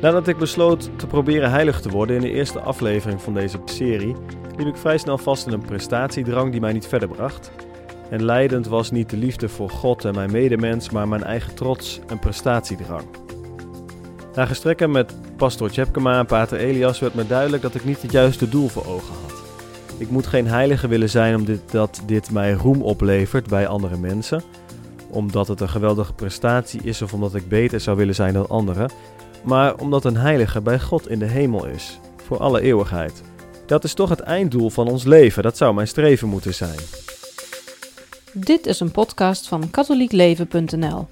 Nadat ik besloot te proberen heilig te worden in de eerste aflevering van deze serie, liep ik vrij snel vast in een prestatiedrang die mij niet verder bracht. En leidend was niet de liefde voor God en mijn medemens, maar mijn eigen trots en prestatiedrang. Na gesprekken met pastoor Tjepkema en pater Elias werd me duidelijk dat ik niet het juiste doel voor ogen had. Ik moet geen heilige willen zijn omdat dit mij roem oplevert bij andere mensen, omdat het een geweldige prestatie is of omdat ik beter zou willen zijn dan anderen, maar omdat een heilige bij God in de hemel is, voor alle eeuwigheid. Dat is toch het einddoel van ons leven, dat zou mijn streven moeten zijn. Dit is een podcast van katholiekleven.nl.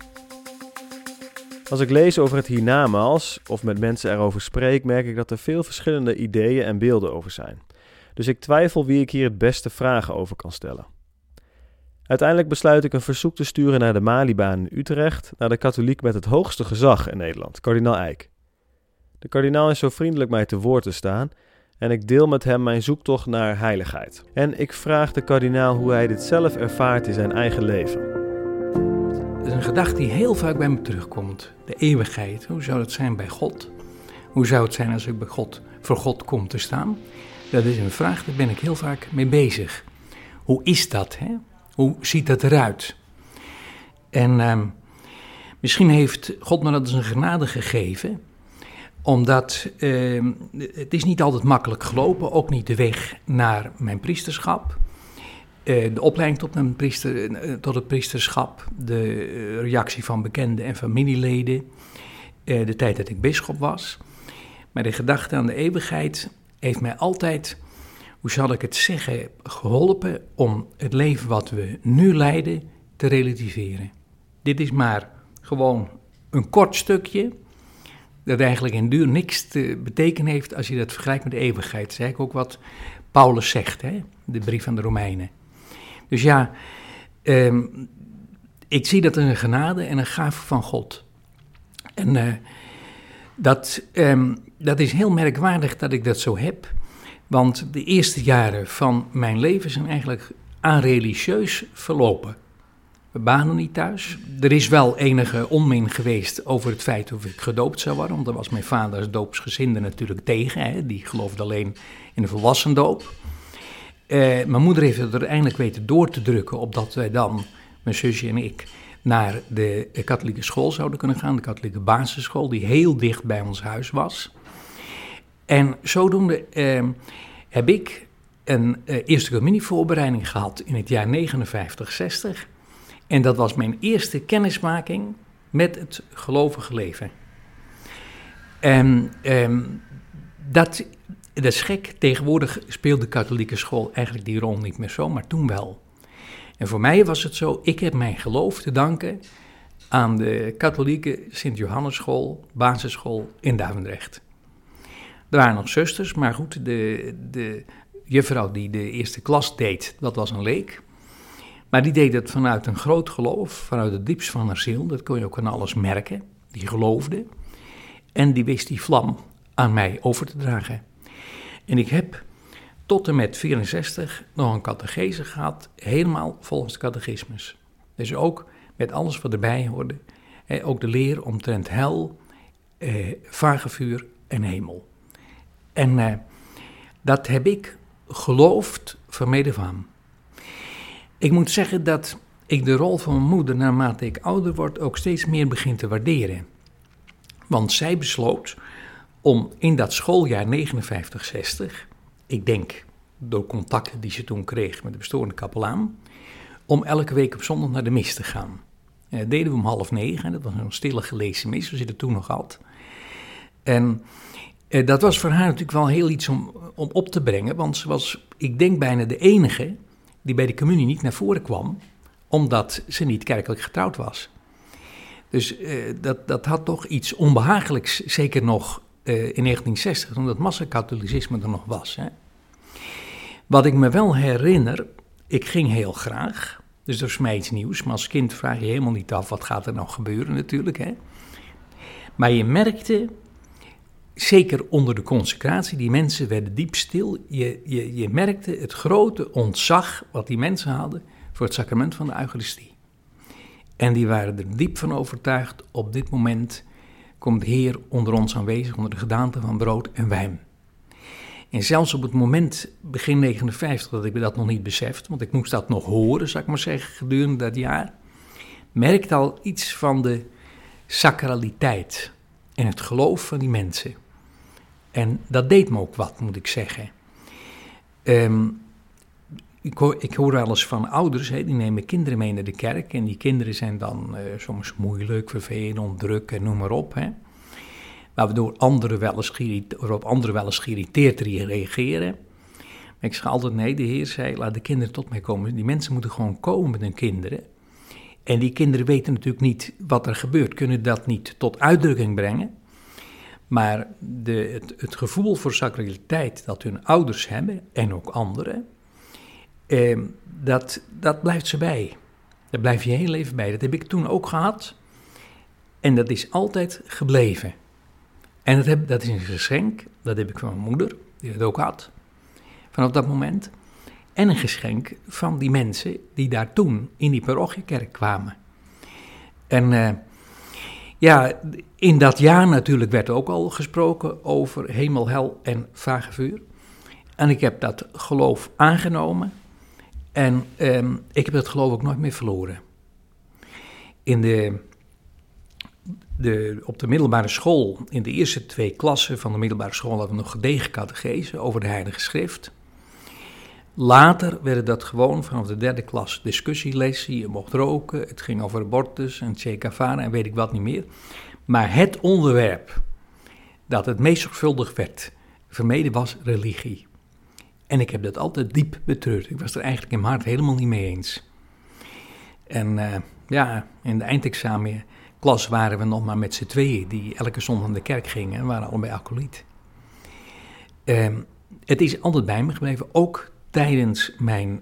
Als ik lees over het hiernamaals of met mensen erover spreek, merk ik dat er veel verschillende ideeën en beelden over zijn. Dus ik twijfel wie ik hier het beste vragen over kan stellen. Uiteindelijk besluit ik een verzoek te sturen naar de Malibaan in Utrecht, naar de katholiek met het hoogste gezag in Nederland, kardinaal Eijk. De kardinaal is zo vriendelijk mij te woord te staan en ik deel met hem mijn zoektocht naar heiligheid. En ik vraag de kardinaal hoe hij dit zelf ervaart in zijn eigen leven. Het is een gedachte die heel vaak bij me terugkomt. De eeuwigheid. Hoe zou het zijn bij God? Hoe zou het zijn als ik voor God kom te staan? Dat is een vraag, daar ben ik heel vaak mee bezig. Hoe is dat? Hè? Hoe ziet dat eruit? En misschien heeft God me dat als een genade gegeven, omdat het is niet altijd makkelijk gelopen, ook niet de weg naar mijn priesterschap. De opleiding tot het priesterschap, de reactie van bekenden en familieleden, de tijd dat ik bisschop was. Maar de gedachte aan de eeuwigheid heeft mij altijd, hoe zal ik het zeggen, geholpen om het leven wat we nu leiden te relativeren. Dit is maar gewoon een kort stukje, dat eigenlijk in duur niks te betekenen heeft als je dat vergelijkt met de eeuwigheid. Dat is eigenlijk ook wat Paulus zegt, hè? De brief aan de Romeinen. Dus ja, ik zie dat als een genade en een gave van God. En dat is heel merkwaardig dat ik dat zo heb. Want de eerste jaren van mijn leven zijn eigenlijk areligieus verlopen. We banen niet thuis. Er is wel enige onmin geweest over het feit of ik gedoopt zou worden. Want daar was mijn vader als doopsgezinde natuurlijk tegen. Hè? Die geloofde alleen in de volwassendoop. Mijn moeder heeft het uiteindelijk weten door te drukken, opdat wij dan, mijn zusje en ik, naar de katholieke school zouden kunnen gaan. De katholieke basisschool, die heel dicht bij ons huis was. En zodoende heb ik een eerste communievoorbereiding gehad in het jaar 59-60. En dat was mijn eerste kennismaking met het gelovige leven. En dat is gek. Tegenwoordig speelt de katholieke school eigenlijk die rol niet meer zo, maar toen wel. En voor mij was het zo, ik heb mijn geloof te danken aan de katholieke Sint-Johannesschool, basisschool in Duivendrecht. Er waren nog zusters, maar goed, de juffrouw die de eerste klas deed, dat was een leek. Maar die deed het vanuit een groot geloof, vanuit het diepst van haar ziel. Dat kon je ook aan alles merken. Die geloofde. En die wist die vlam aan mij over te dragen. En ik heb tot en met 64 nog een catechese gehad, helemaal volgens de catechismus. Dus ook met alles wat erbij hoorde. Ook de leer omtrent hel, vagevuur en hemel. En dat heb ik geloofd van meet af aan. Ik moet zeggen dat ik de rol van mijn moeder, naarmate ik ouder word, ook steeds meer begin te waarderen. Want zij besloot om in dat schooljaar 59-60, ik denk door contacten die ze toen kreeg met de bestorende kapelaan, om elke week op zondag naar de mis te gaan. Dat deden we om 8:30, dat was een stille gelezen mis, zoals je dat toen nog had. En dat was voor haar natuurlijk wel heel iets om op te brengen, want ze was, ik denk, bijna de enige die bij de communie niet naar voren kwam, omdat ze niet kerkelijk getrouwd was. Dus dat had toch iets onbehagelijks, zeker nog in 1960, toen dat massakatholicisme er nog was. Hè. Wat ik me wel herinner, ik ging heel graag, dus dat is voor mij iets nieuws, maar als kind vraag je helemaal niet af, wat gaat er nou gebeuren natuurlijk. Hè. Maar je merkte, zeker onder de consecratie, die mensen werden diep stil. Je merkte het grote ontzag wat die mensen hadden voor het sacrament van de Eucharistie. En die waren er diep van overtuigd, op dit moment komt de Heer onder ons aanwezig, onder de gedaante van brood en wijn. En zelfs op het moment, begin 59, dat ik dat nog niet besefte, want ik moest dat nog horen, zou ik maar zeggen, gedurende dat jaar, merkte al iets van de sacraliteit en het geloof van die mensen. En dat deed me ook wat, moet ik zeggen. Ik hoor wel eens van ouders, die nemen kinderen mee naar de kerk. En die kinderen zijn dan soms moeilijk, vervelend, druk en noem maar op. Waardoor anderen wel eens geïrriteerd reageren. Maar ik zeg altijd, nee, de Heer zei, laat de kinderen tot mij komen. Die mensen moeten gewoon komen met hun kinderen. En die kinderen weten natuurlijk niet wat er gebeurt, kunnen dat niet tot uitdrukking brengen. Maar het gevoel voor sacraliteit dat hun ouders hebben, en ook anderen, dat blijft ze bij. Dat blijft je heel leven bij. Dat heb ik toen ook gehad. En dat is altijd gebleven. En dat is een geschenk, dat heb ik van mijn moeder, die dat ook had, vanaf dat moment. En een geschenk van die mensen die daar toen in die parochiekerk kwamen. En in dat jaar natuurlijk werd ook al gesproken over hemel, hel en vagevuur. En ik heb dat geloof aangenomen. En ik heb dat geloof ook nooit meer verloren. Op de middelbare school, in de eerste 2 klassen van de middelbare school, hadden we nog gedegen catechese over de Heilige Schrift. Later werd dat gewoon vanaf de 3e klas discussielessen. Je mocht roken, het ging over abortus en Che Guevara en weet ik wat niet meer. Maar het onderwerp dat het meest zorgvuldig werd vermeden was religie. En ik heb dat altijd diep betreurd. Ik was er eigenlijk in mijn hart helemaal niet mee eens. En in de eindexamenklas waren we nog maar met z'n tweeën die elke zondag naar de kerk gingen en waren allebei acoliet. Het is altijd bij me gebleven, ook tijdens mijn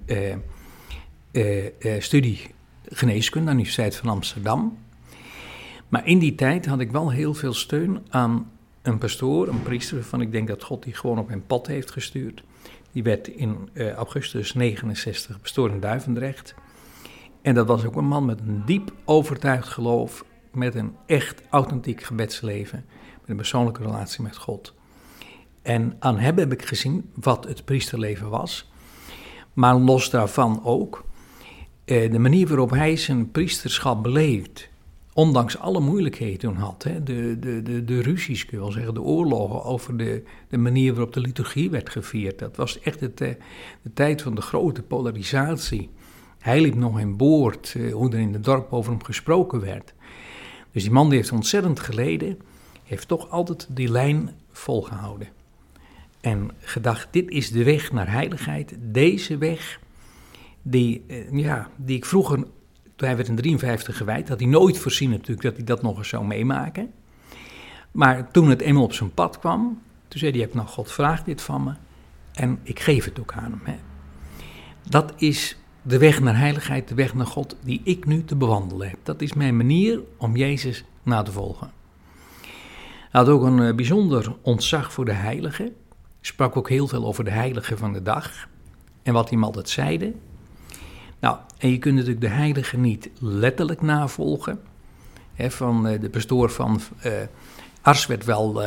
studie geneeskunde aan de Universiteit van Amsterdam. Maar in die tijd had ik wel heel veel steun aan een pastoor, een priester, waarvan ik denk dat God die gewoon op mijn pad heeft gestuurd. Die werd in augustus 69 pastoor in Duivendrecht. En dat was ook een man met een diep overtuigd geloof, met een echt authentiek gebedsleven, met een persoonlijke relatie met God. En aan hem heb ik gezien wat het priesterleven was. Maar los daarvan ook de manier waarop hij zijn priesterschap beleefd, ondanks alle moeilijkheden toen had. De ruzies, kun je wel zeggen, de oorlogen over de manier waarop de liturgie werd gevierd. Dat was echt de tijd van de grote polarisatie. Hij liep nog in boord, hoe er in het dorp over hem gesproken werd. Dus die man die heeft ontzettend geleden, heeft toch altijd die lijn volgehouden. En gedacht, dit is de weg naar heiligheid. Deze weg, die ik vroeger, toen hij werd in 53 gewijd, had hij nooit voorzien natuurlijk dat hij dat nog eens zou meemaken. Maar toen het eenmaal op zijn pad kwam, toen zei hij, God vraagt dit van me en ik geef het ook aan hem. Dat is de weg naar heiligheid, de weg naar God die ik nu te bewandelen heb. Dat is mijn manier om Jezus na te volgen. Hij had ook een bijzonder ontzag voor de heiligen. Sprak ook heel veel over de heiligen van de dag en wat hij hem altijd zeide. Nou, en je kunt natuurlijk de heiligen niet letterlijk navolgen. Van de pastoor van Ars werd wel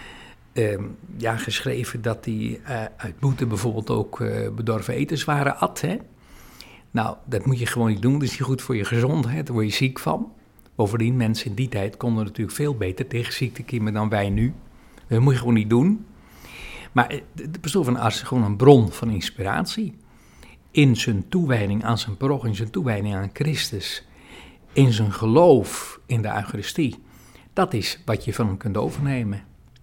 geschreven dat hij uit boete bijvoorbeeld ook bedorven etenswaren at. Nou, dat moet je gewoon niet doen, dat is niet goed voor je gezondheid, daar word je ziek van. Bovendien, mensen in die tijd konden natuurlijk veel beter tegen ziektekiemen dan wij nu. Dat moet je gewoon niet doen. Maar de pastoor van Ars is gewoon een bron van inspiratie. In zijn toewijding aan zijn parochie, in zijn toewijding aan Christus. In zijn geloof in de Eucharistie. Dat is wat je van hem kunt overnemen.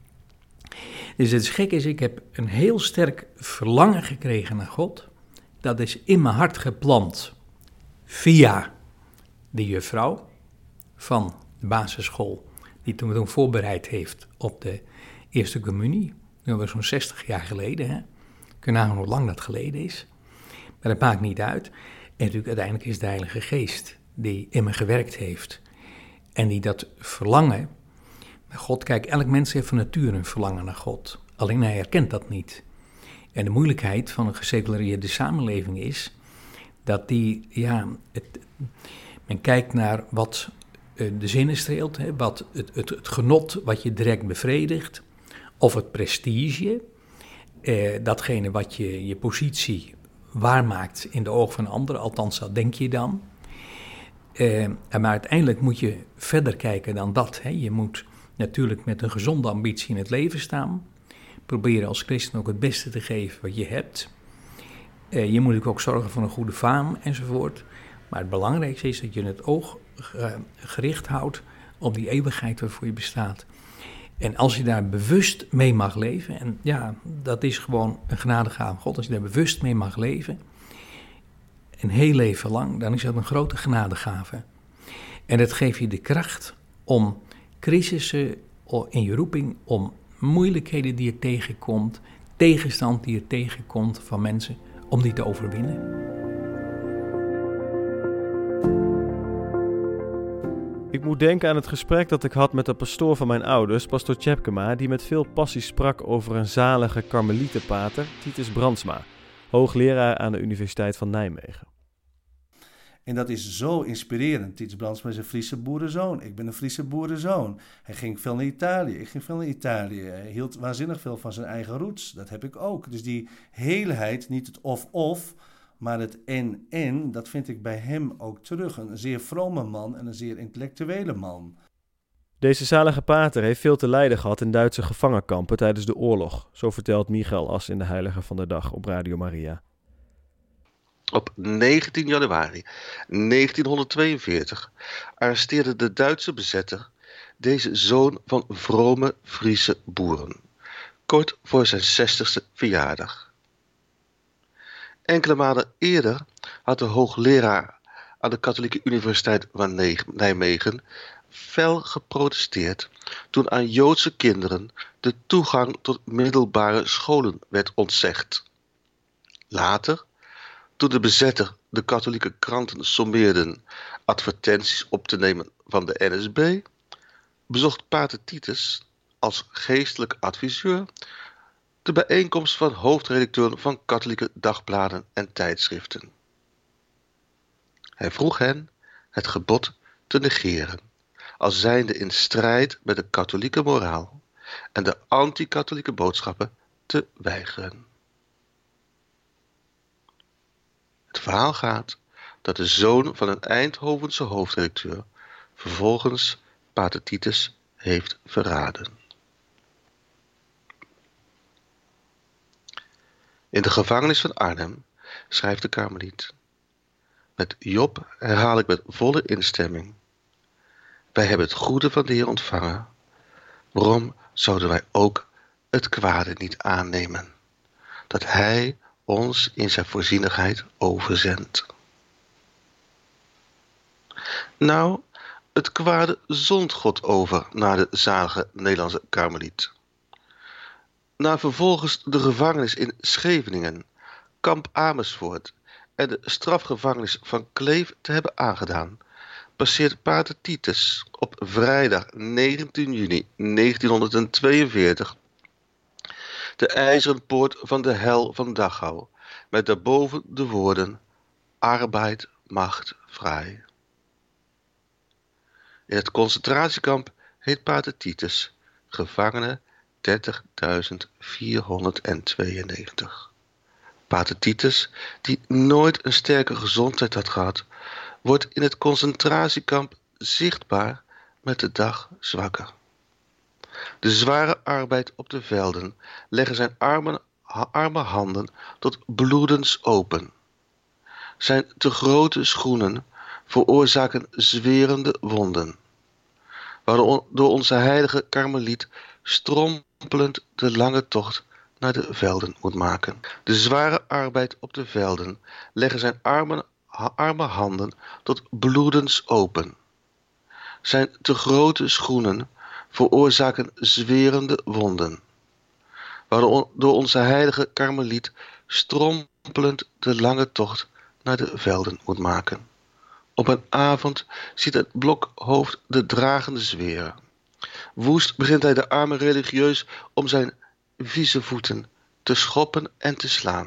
Dus het gek is, ik heb een heel sterk verlangen gekregen naar God. Dat is in mijn hart geplant via de juffrouw van de basisschool. Die toen voorbereid heeft op de eerste communie. Dat was zo'n 60 jaar geleden. Kun je nagaan hoe lang dat geleden is. Maar dat maakt niet uit. En natuurlijk uiteindelijk is de Heilige Geest die in me gewerkt heeft. En die dat verlangen naar God. Kijk, elk mens heeft van nature een verlangen naar God. Alleen hij herkent dat niet. En de moeilijkheid van een geseculariseerde samenleving is dat men kijkt naar wat de zinnen streelt, hè, wat het genot wat je direct bevredigt, of het prestige, datgene wat je positie waarmaakt in de ogen van anderen, althans dat denk je dan. Maar uiteindelijk moet je verder kijken dan dat. Hè. Je moet natuurlijk met een gezonde ambitie in het leven staan. Proberen als christen ook het beste te geven wat je hebt. Je moet ook zorgen voor een goede faam enzovoort. Maar het belangrijkste is dat je het oog gericht houdt op die eeuwigheid waarvoor je bestaat. En als je daar bewust mee mag leven, en ja, dat is gewoon een genadegave van God. Als je daar bewust mee mag leven, een heel leven lang, dan is dat een grote genadegave. En dat geeft je de kracht om crisissen in je roeping, om moeilijkheden die je tegenkomt, tegenstand die je tegenkomt van mensen, om die te overwinnen. Ik moet denken aan het gesprek dat ik had met de pastoor van mijn ouders, pastoor Tjepkema, die met veel passie sprak over een zalige karmelietenpater, Titus Brandsma, hoogleraar aan de Universiteit van Nijmegen. En dat is zo inspirerend. Titus Brandsma is een Friese boerenzoon. Ik ben een Friese boerenzoon. Hij ging veel naar Italië. Ik ging veel naar Italië. Hij hield waanzinnig veel van zijn eigen roots. Dat heb ik ook. Dus die heelheid, niet het of-of, maar het en, dat vind ik bij hem ook terug. Een zeer vrome man en een zeer intellectuele man. Deze zalige pater heeft veel te lijden gehad in Duitse gevangenkampen tijdens de oorlog. Zo vertelt Michael As in de Heilige van de Dag op Radio Maria. Op 19 januari 1942 arresteerde de Duitse bezetter deze zoon van vrome Friese boeren, kort voor zijn 60ste verjaardag. Enkele maanden eerder had de hoogleraar aan de Katholieke Universiteit van Nijmegen fel geprotesteerd toen aan Joodse kinderen de toegang tot middelbare scholen werd ontzegd. Later, toen de bezetter de katholieke kranten sommeerden advertenties op te nemen van de NSB, bezocht pater Titus als geestelijk adviseur de bijeenkomst van hoofdredacteuren van katholieke dagbladen en tijdschriften. Hij vroeg hen het gebod te negeren, als zijnde in strijd met de katholieke moraal, en de anti-katholieke boodschappen te weigeren. Het verhaal gaat dat de zoon van een Eindhovense hoofdredacteur vervolgens pater Titus heeft verraden. In de gevangenis van Arnhem schrijft de karmeliet: met Job herhaal ik met volle instemming: wij hebben het goede van de Heer ontvangen. Waarom zouden wij ook het kwade niet aannemen, dat Hij ons in zijn voorzienigheid overzendt? Nou, het kwade zond God over naar de zalige Nederlandse karmeliet. Na vervolgens de gevangenis in Scheveningen, kamp Amersfoort en de strafgevangenis van Kleef te hebben aangedaan, passeert pater Titus op vrijdag 19 juni 1942 de ijzeren poort van de hel van Dachau, met daarboven de woorden: arbeid macht vrij. In het concentratiekamp heet pater Titus gevangene 30.492. Pater Titus, die nooit een sterke gezondheid had gehad, wordt in het concentratiekamp zichtbaar met de dag zwakker. De zware arbeid op de velden leggen zijn arme handen tot bloedens open. Zijn te grote schoenen veroorzaken zwerende wonden, waardoor onze heilige karmeliet strompelend de lange tocht naar de velden moet maken. De zware arbeid op de velden leggen zijn arme handen tot bloedens open. Zijn te grote schoenen veroorzaken zwerende wonden, waardoor onze heilige karmeliet strompelend de lange tocht naar de velden moet maken. Op een avond ziet het blokhoofd de dragende zweren. Woest begint hij de arme religieus om zijn vieze voeten te schoppen en te slaan.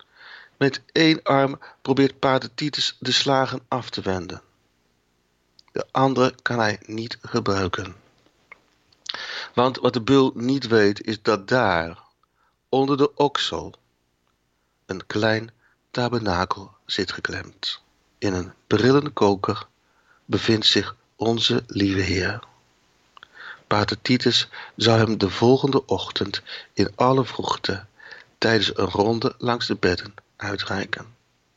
Met één arm probeert pater Titus de slagen af te wenden. de andere kan hij niet gebruiken. Want wat de beul niet weet is dat daar, onder de oksel, een klein tabernakel zit geklemd. In een prillende koker bevindt zich onze lieve Heer. Pater Titus zou hem de volgende ochtend in alle vroegte tijdens een ronde langs de bedden uitreiken.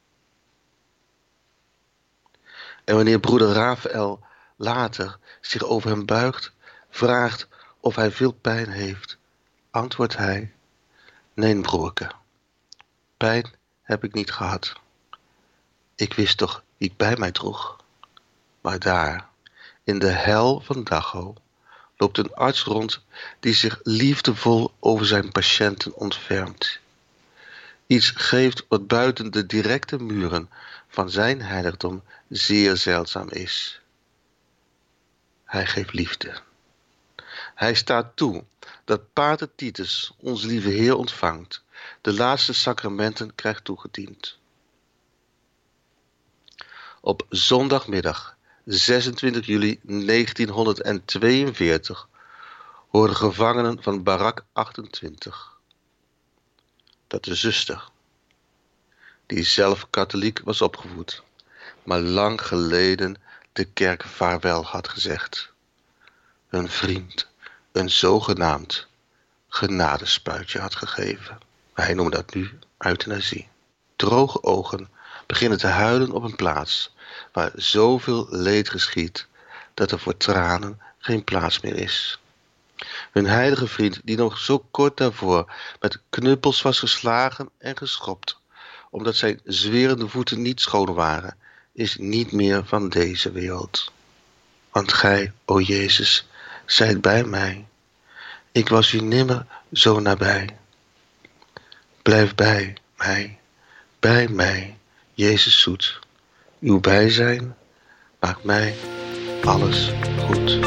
En wanneer broeder Rafael later zich over hem buigt, vraagt of hij veel pijn heeft, antwoordt hij: nee, broerke, pijn heb ik niet gehad. Ik wist toch wie ik bij mij droeg. Maar daar, in de hel van Dachau, loopt een arts rond die zich liefdevol over zijn patiënten ontfermt. Iets geeft wat buiten de directe muren van zijn heiligdom zeer zeldzaam is. Hij geeft liefde. Hij staat toe dat Pater Titus ons lieve Heer ontvangt, de laatste sacramenten krijgt toegediend. Op zondagmiddag 26 juli 1942 hoorden gevangenen van Barak 28 dat de zuster, die zelf katholiek was opgevoed, maar lang geleden de kerk vaarwel had gezegd, hun vriend een zogenaamd genadespuitje had gegeven. Wij noemen dat nu euthanasie. Droge ogen beginnen te huilen op een plaats waar zoveel leed geschiedt dat er voor tranen geen plaats meer is. Hun heilige vriend, die nog zo kort daarvoor met knuppels was geslagen en geschopt, omdat zijn zwerende voeten niet schoon waren, is niet meer van deze wereld. Want gij, o Jezus, zijt bij mij. Ik was u nimmer zo nabij. Blijf bij mij, Jezus zoet. Uw bijzijn maakt mij alles goed.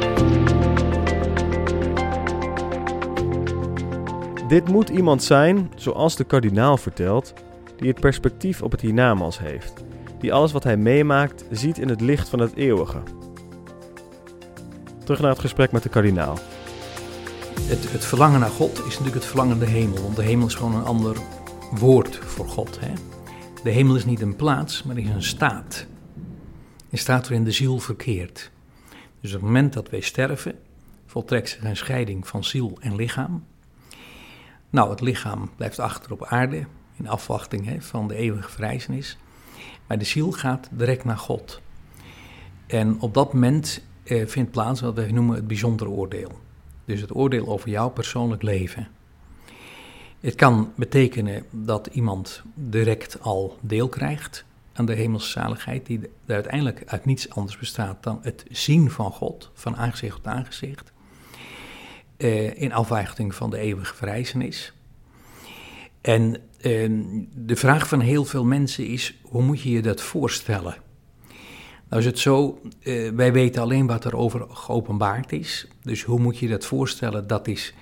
Dit moet iemand zijn, zoals de kardinaal vertelt, die het perspectief op het hiernamaals heeft. Die alles wat hij meemaakt ziet in het licht van het eeuwige. Terug naar het gesprek met de kardinaal. Het verlangen naar God is natuurlijk het verlangen naar de hemel. Want de hemel is gewoon een ander woord voor God. Hè? De hemel is niet een plaats, maar is een staat. Een staat waarin de ziel verkeert. Dus op het moment dat wij sterven, voltrekt zich een scheiding van ziel en lichaam. Nou, het lichaam blijft achter op aarde, in afwachting van de eeuwige verrijzenis. Maar de ziel gaat direct naar God. En op dat moment vindt plaats wat wij noemen het bijzondere oordeel. Dus het oordeel over jouw persoonlijk leven. Het kan betekenen dat iemand direct al deel krijgt aan de hemelse zaligheid, die er uiteindelijk uit niets anders bestaat dan het zien van God, van aangezicht tot aangezicht, in afwachting van de eeuwige verrijzenis. En de vraag van heel veel mensen is, hoe moet je je dat voorstellen? Nou is het zo, wij weten alleen wat er over geopenbaard is. Dus hoe moet je dat voorstellen? Dat is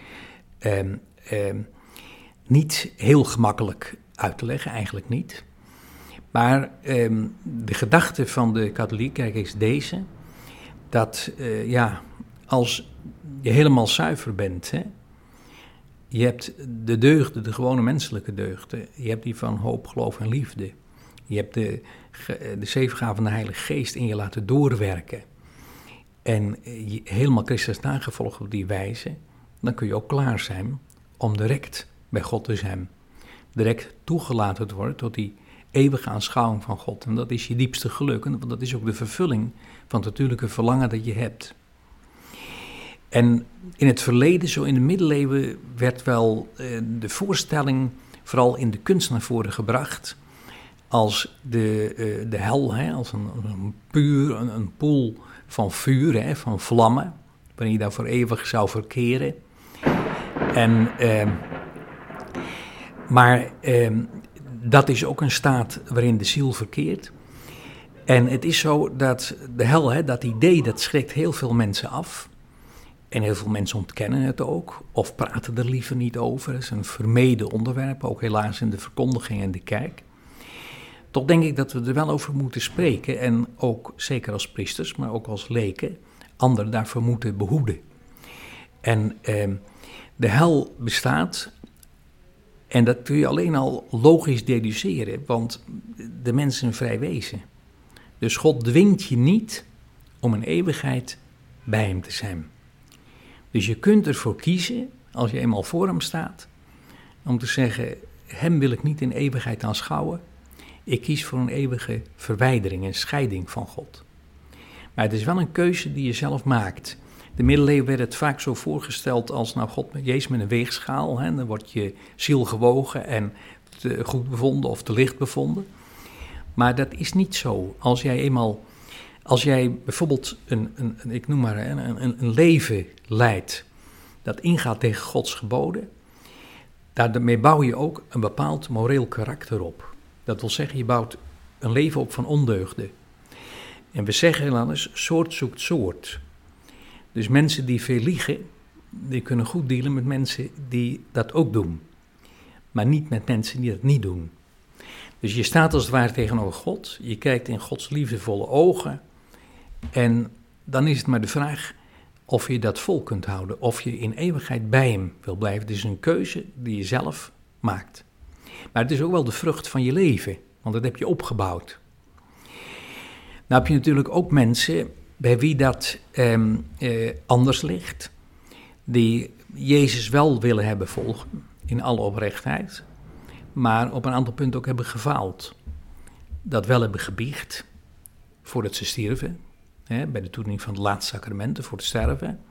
niet heel gemakkelijk uit te leggen, eigenlijk niet. Maar de gedachte van de katholieke kerk is deze, dat als je helemaal zuiver bent, hè, je hebt de deugden, de gewone menselijke deugden, je hebt die van hoop, geloof en liefde. Je hebt de 7 gaven van de Heilige Geest in je laten doorwerken. En je helemaal Christus nagevolgd op die wijze, dan kun je ook klaar zijn om direct bij God te zijn. Direct toegelaten te worden tot die eeuwige aanschouwing van God. En dat is je diepste geluk, want dat is ook de vervulling van het natuurlijke verlangen dat je hebt. En in het verleden, zo in de middeleeuwen, werd wel de voorstelling vooral in de kunst naar voren gebracht als de hel, hè, als een poel van vuur, hè, van vlammen, waarin je daar voor eeuwig zou verkeren. Maar dat is ook een staat waarin de ziel verkeert. En het is zo dat de hel, hè, dat idee, dat schrikt heel veel mensen af. En heel veel mensen ontkennen het ook, of praten er liever niet over. Het is een vermeden onderwerp, ook helaas in de verkondiging en de kerk. Toch denk ik dat we er wel over moeten spreken. En ook, zeker als priesters, maar ook als leken, anderen daarvoor moeten behoeden. En de hel bestaat. En dat kun je alleen al logisch deduceren, want de mens is een vrij wezen. Dus God dwingt je niet om een eeuwigheid bij hem te zijn. Dus je kunt ervoor kiezen, als je eenmaal voor hem staat, om te zeggen, hem wil ik niet in eeuwigheid aanschouwen. Ik kies voor een eeuwige verwijdering en scheiding van God. Maar het is wel een keuze die je zelf maakt. De middeleeuwen werd het vaak zo voorgesteld als, nou, God, Jezus met een weegschaal. Hè, dan wordt je ziel gewogen en te goed bevonden of te licht bevonden. Maar dat is niet zo. Als jij bijvoorbeeld een leven leidt dat ingaat tegen Gods geboden, daarmee bouw je ook een bepaald moreel karakter op. Dat wil zeggen, je bouwt een leven op van ondeugden. En we zeggen heel anders, soort zoekt soort. Dus mensen die veel liegen, die kunnen goed dealen met mensen die dat ook doen. Maar niet met mensen die dat niet doen. Dus je staat als het ware tegenover God, je kijkt in Gods liefdevolle ogen. En dan is het maar de vraag of je dat vol kunt houden, of je in eeuwigheid bij hem wil blijven. Het is een keuze die je zelf maakt. Maar het is ook wel de vrucht van je leven, want dat heb je opgebouwd. Nou heb je natuurlijk ook mensen bij wie dat anders ligt, die Jezus wel willen hebben volgen, in alle oprechtheid, maar op een aantal punten ook hebben gefaald. Dat wel hebben gebiecht, voordat ze stierven, bij de toediening van het laatste sacramenten, voor het sterven.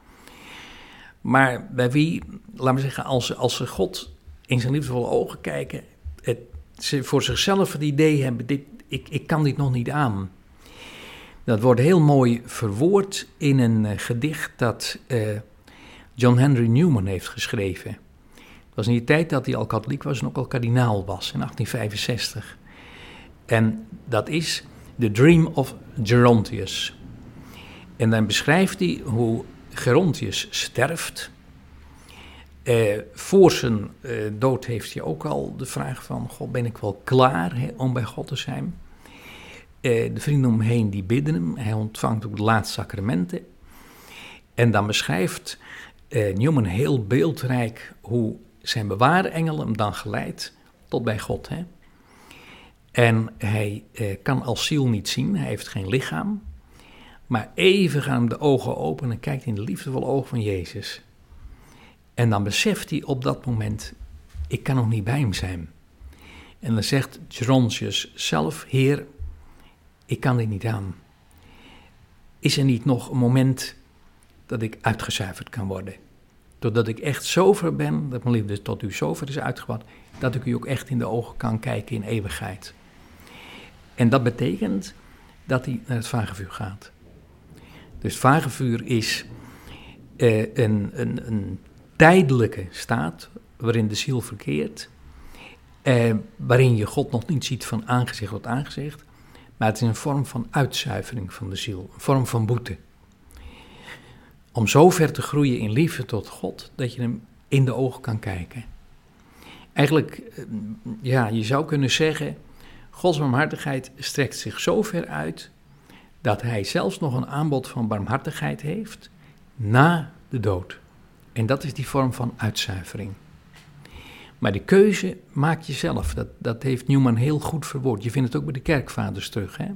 Maar bij wie, laten we zeggen, als ze God in zijn liefdevolle ogen kijken, ze voor zichzelf het idee hebben, ik kan dit nog niet aan. Dat wordt heel mooi verwoord in een gedicht dat John Henry Newman heeft geschreven. Het was in die tijd dat hij al katholiek was en ook al kardinaal was, in 1865. En dat is The Dream of Gerontius. En dan beschrijft hij hoe Gerontius sterft. Voor zijn dood heeft hij ook al de vraag van, God, ben ik wel klaar om bij God te zijn? De vrienden om hem heen die bidden hem. Hij ontvangt ook de laatste sacramenten. En dan beschrijft Newman heel beeldrijk hoe zijn bewaarengel hem dan geleidt tot bij God. Hè? En hij kan als ziel niet zien, hij heeft geen lichaam. Maar even gaan hem de ogen open en kijkt in de liefdevolle ogen van Jezus. En dan beseft hij op dat moment, ik kan nog niet bij hem zijn. En dan zegt Gerontius zelf, Heer, ik kan dit niet aan. Is er niet nog een moment dat ik uitgezuiverd kan worden? Doordat ik echt zover ben, dat mijn liefde tot u zover is uitgebouwd, dat ik u ook echt in de ogen kan kijken in eeuwigheid. En dat betekent dat hij naar het vagevuur gaat. Dus het vagevuur is een tijdelijke staat waarin de ziel verkeert, waarin je God nog niet ziet van aangezicht tot aangezicht, maar het is een vorm van uitzuivering van de ziel, een vorm van boete. Om zo ver te groeien in liefde tot God, dat je hem in de ogen kan kijken. Eigenlijk, je zou kunnen zeggen, Gods barmhartigheid strekt zich zo ver uit, dat hij zelfs nog een aanbod van barmhartigheid heeft na de dood. En dat is die vorm van uitzuivering. Maar de keuze maak je zelf. Dat heeft Newman heel goed verwoord. Je vindt het ook bij de kerkvaders terug. Hè?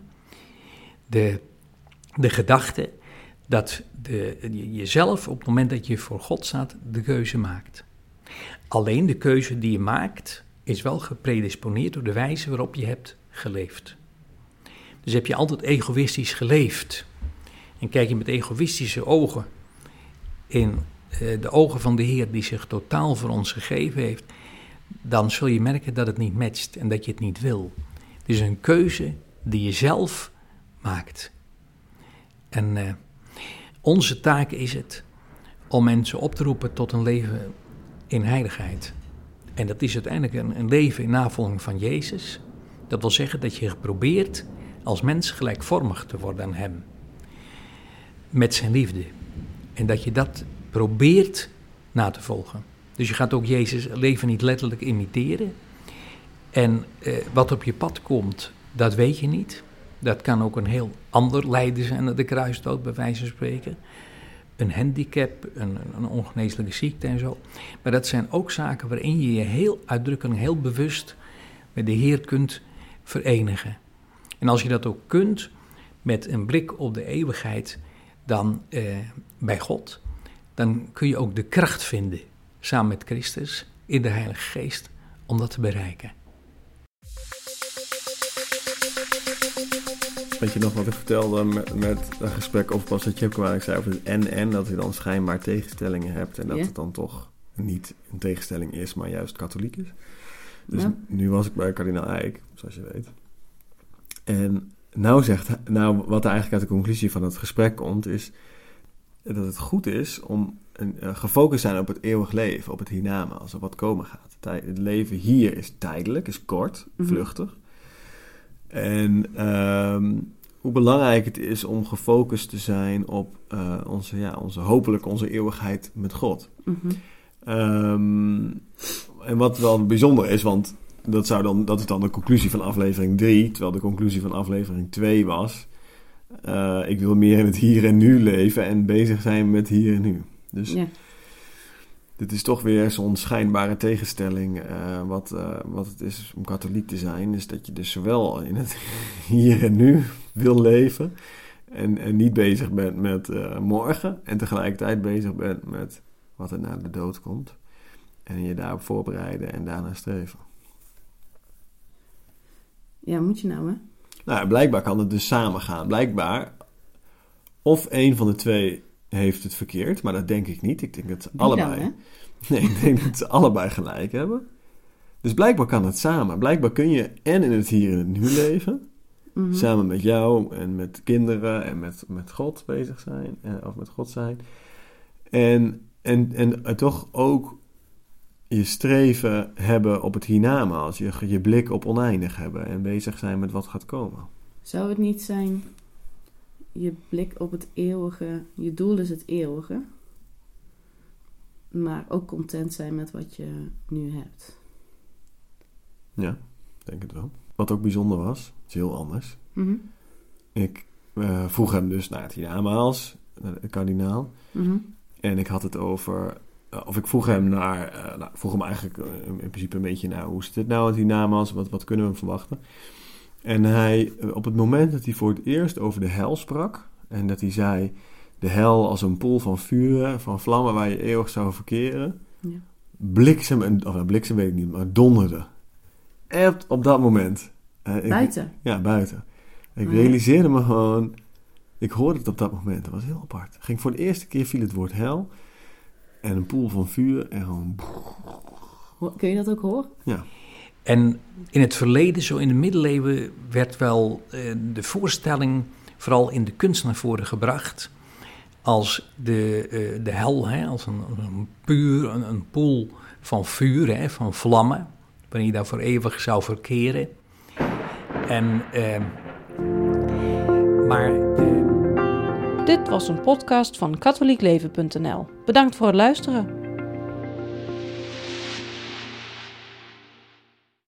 De gedachte dat jezelf op het moment dat je voor God staat de keuze maakt. Alleen de keuze die je maakt is wel gepredisponeerd door de wijze waarop je hebt geleefd. Dus heb je altijd egoïstisch geleefd en kijk je met egoïstische ogen in de ogen van de Heer die zich totaal voor ons gegeven heeft, dan zul je merken dat het niet matcht en dat je het niet wil. Het is een keuze die je zelf maakt. En onze taak is het om mensen op te roepen tot een leven in heiligheid. En dat is uiteindelijk een leven in navolging van Jezus. Dat wil zeggen dat je probeert als mens gelijkvormig te worden aan hem. Met zijn liefde. En dat je dat probeert na te volgen. Dus je gaat ook Jezus leven niet letterlijk imiteren. En wat op je pad komt, Dat weet je niet. Dat kan ook een heel ander lijden zijn dan de kruisdood, bij wijze van spreken. Een handicap, een ongeneeslijke ziekte en zo. Maar dat zijn ook zaken waarin je je heel uitdrukkelijk, heel bewust met de Heer kunt verenigen. En als je dat ook kunt, met een blik op de eeuwigheid, dan bij God, dan kun je ook de kracht vinden, samen met Christus, in de Heilige Geest, om dat te bereiken. Weet je nog wat ik vertelde met een gesprek over Pastor Tjepke, waar ik zei over het en, dat je dan schijnbaar tegenstellingen hebt en dat het dan toch niet een tegenstelling is, maar juist katholiek is. Dus nu was ik bij kardinaal Eijk, zoals je weet. En wat er eigenlijk uit de conclusie van het gesprek komt, is dat het goed is om gefocust zijn op het eeuwig leven, op het hiernamaals, op wat komen gaat. Het leven hier is tijdelijk, is kort, vluchtig. En hoe belangrijk het is om gefocust te zijn op hopelijk onze eeuwigheid met God. En wat wel bijzonder is, want dat is dan de conclusie van aflevering 3, terwijl de conclusie van aflevering 2 was, ik wil meer in het hier en nu leven en bezig zijn met hier en nu. Dus dit is toch weer zo'n schijnbare tegenstelling. Wat het is om katholiek te zijn, is dat je dus zowel in het hier en nu wil leven en niet bezig bent met morgen en tegelijkertijd bezig bent met wat er na de dood komt. En je daarop voorbereiden en daarna streven. Ja, moet je nou, hè? Nou, blijkbaar kan het dus samen gaan. Blijkbaar, of een van de twee heeft het verkeerd, maar dat denk ik niet. Ik denk dat ze ik denk dat ze allebei gelijk hebben. Dus blijkbaar kan het samen. Blijkbaar kun je en in het hier en het nu leven, samen met jou en met kinderen en met God bezig zijn, of met God zijn. En toch ook je streven hebben op het hiernamaals, je blik op oneindig hebben en bezig zijn met wat gaat komen. Zou het niet zijn, je blik op het eeuwige, je doel is het eeuwige, maar ook content zijn met wat je nu hebt? Ja, denk het wel. Wat ook bijzonder was, is heel anders. Ik vroeg hem dus naar het hiernamaals, naar de kardinaal, en ik had het over... Of ik vroeg hem vroeg hem eigenlijk in principe een beetje naar hoe zit het nou met die hiernamaals, wat kunnen we verwachten? En hij, op het moment dat hij voor het eerst over de hel sprak, en dat hij zei, de hel als een poel van vuren, van vlammen waar je eeuwig zou verkeren, bliksem weet ik niet, maar donderde. Echt op dat moment. Buiten? Buiten. Ik realiseerde me gewoon, ik hoorde het op dat moment, dat was heel apart. Voor de eerste keer viel het woord hel. En een poel van vuur en gewoon... Kun je dat ook horen? Ja. En in het verleden, zo in de middeleeuwen, werd wel de voorstelling vooral in de kunst naar voren gebracht als de hel, als een poel van vuur, van vlammen, waarin je daar voor eeuwig zou verkeren. Dit was een podcast van katholiekleven.nl. Bedankt voor het luisteren.